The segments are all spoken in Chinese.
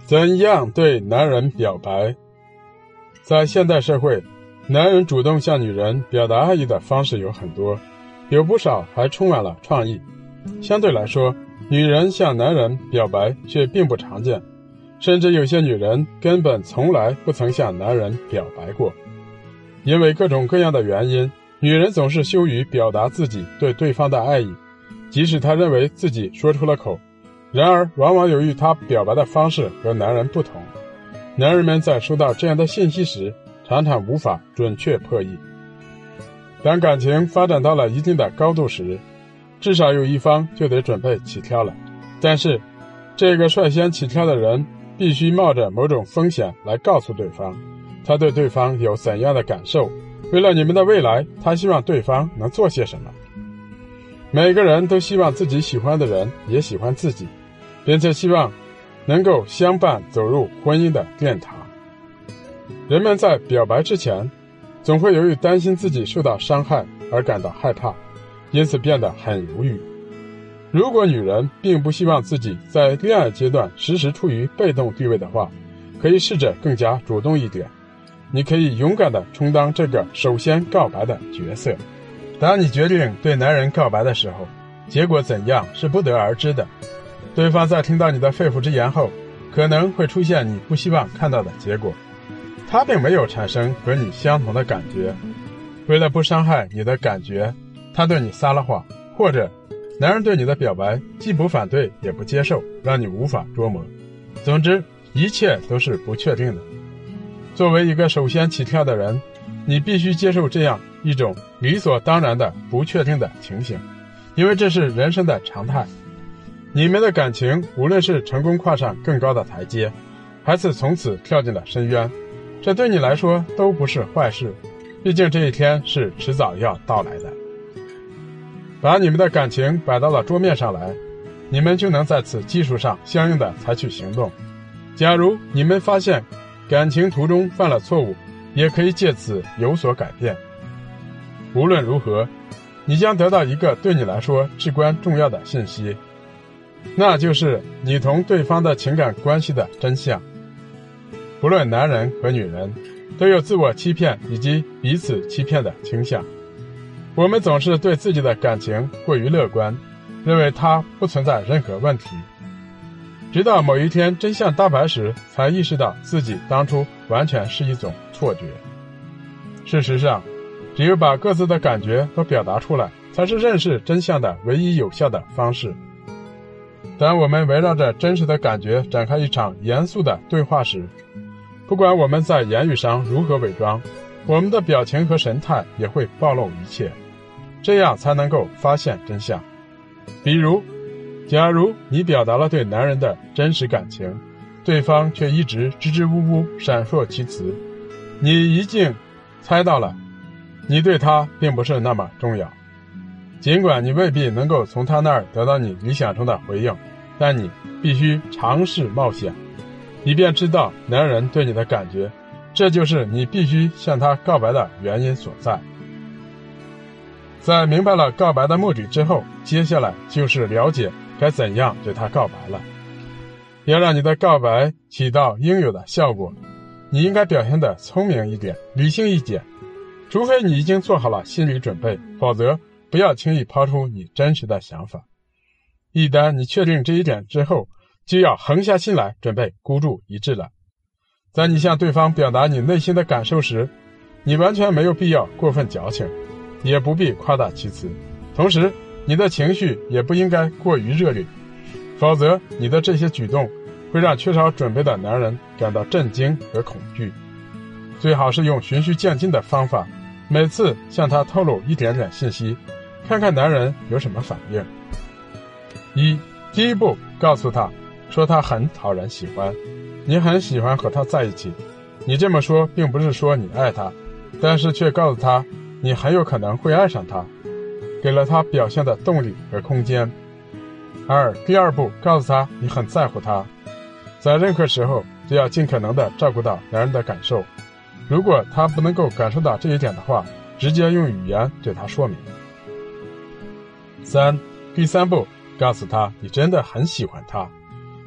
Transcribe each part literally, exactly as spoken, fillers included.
怎样对男人表白？在现代社会，男人主动向女人表达爱意的方式有很多，有不少还充满了创意。相对来说，女人向男人表白却并不常见，甚至有些女人根本从来不曾向男人表白过。因为各种各样的原因，女人总是羞于表达自己对对方的爱意，即使她认为自己说出了口，然而往往由于她表白的方式和男人不同，男人们在收到这样的信息时，常常无法准确破译。当感情发展到了一定的高度时，至少有一方就得准备起跳了。但是，这个率先起跳的人必须冒着某种风险来告诉对方，他对对方有怎样的感受，为了你们的未来，他希望对方能做些什么。每个人都希望自己喜欢的人也喜欢自己，并且希望能够相伴走入婚姻的殿堂。人们在表白之前，总会由于担心自己受到伤害而感到害怕，因此变得很犹豫。如果女人并不希望自己在恋爱阶段时时处于被动地位的话，可以试着更加主动一点。你可以勇敢地充当这个首先告白的角色。当你决定对男人告白的时候，结果怎样是不得而知的。对方在听到你的肺腑之言后，可能会出现你不希望看到的结果。他并没有产生和你相同的感觉，为了不伤害你的感觉，他对你撒了谎，或者男人对你的表白既不反对也不接受，让你无法捉摸。总之，一切都是不确定的。作为一个首先起跳的人，你必须接受这样一种理所当然的不确定的情形，因为这是人生的常态。你们的感情无论是成功跨上更高的台阶，还是从此跳进了深渊，这对你来说都不是坏事，毕竟这一天是迟早要到来的。把你们的感情摆到了桌面上来，你们就能在此基础上相应的采取行动。假如你们发现感情途中犯了错误，也可以借此有所改变。无论如何，你将得到一个对你来说至关重要的信息，那就是你同对方的情感关系的真相。不论男人和女人，都有自我欺骗以及彼此欺骗的倾向。我们总是对自己的感情过于乐观，认为它不存在任何问题，直到某一天真相大白时，才意识到自己当初完全是一种错觉。事实上，只有把各自的感觉都表达出来，才是认识真相的唯一有效的方式。当我们围绕着真实的感觉展开一场严肃的对话时，不管我们在言语上如何伪装，我们的表情和神态也会暴露一切，这样才能够发现真相。比如，假如你表达了对男人的真实感情，对方却一直支支吾吾闪烁其词，你一定猜到了，你对他并不是那么重要。尽管你未必能够从他那儿得到你理想中的回应，但你必须尝试冒险，以便知道男人对你的感觉，这就是你必须向他告白的原因所在。在明白了告白的目的之后，接下来就是了解该怎样对他告白了。要让你的告白起到应有的效果，你应该表现得聪明一点，理性一点，除非你已经做好了心理准备，否则不要轻易抛出你真实的想法。一旦你确定这一点之后，就要横下心来准备孤注一掷了。在你向对方表达你内心的感受时，你完全没有必要过分矫情，也不必夸大其词，同时你的情绪也不应该过于热烈，否则你的这些举动会让缺少准备的男人感到震惊和恐惧。最好是用循序渐进的方法，每次向他透露一点点信息，看看男人有什么反应。一，第一步，告诉他，说他很讨人喜欢，你很喜欢和他在一起。你这么说并不是说你爱他，但是却告诉他你很有可能会爱上他，给了他表现的动力和空间。二，第二步，告诉他你很在乎他，在任何时候都要尽可能的照顾到男人的感受。如果他不能够感受到这一点的话，直接用语言对他说明。三，第三步，告诉他你真的很喜欢他，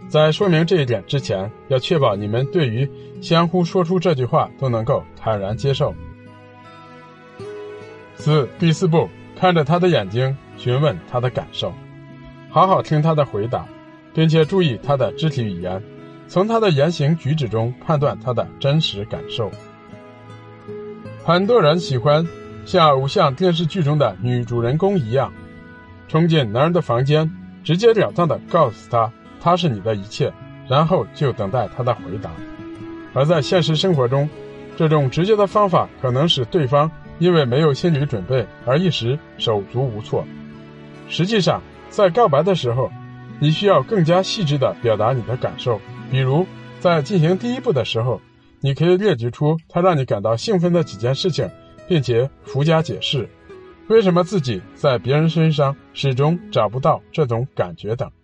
在说明这一点之前，要确保你们对于相互说出这句话都能够坦然接受。四、第四步，看着他的眼睛，询问他的感受，好好听他的回答，并且注意他的肢体语言，从他的言行举止中判断他的真实感受。很多人喜欢像偶像电视剧中的女主人公一样，冲进男人的房间，直截了当地告诉他他是你的一切，然后就等待他的回答。而在现实生活中，这种直接的方法可能使对方因为没有心理准备而一时手足无措。实际上，在告白的时候，你需要更加细致地表达你的感受。比如，在进行第一步的时候，你可以列举出他让你感到兴奋的几件事情，并且附加解释为什么自己在别人身上始终找不到这种感觉等。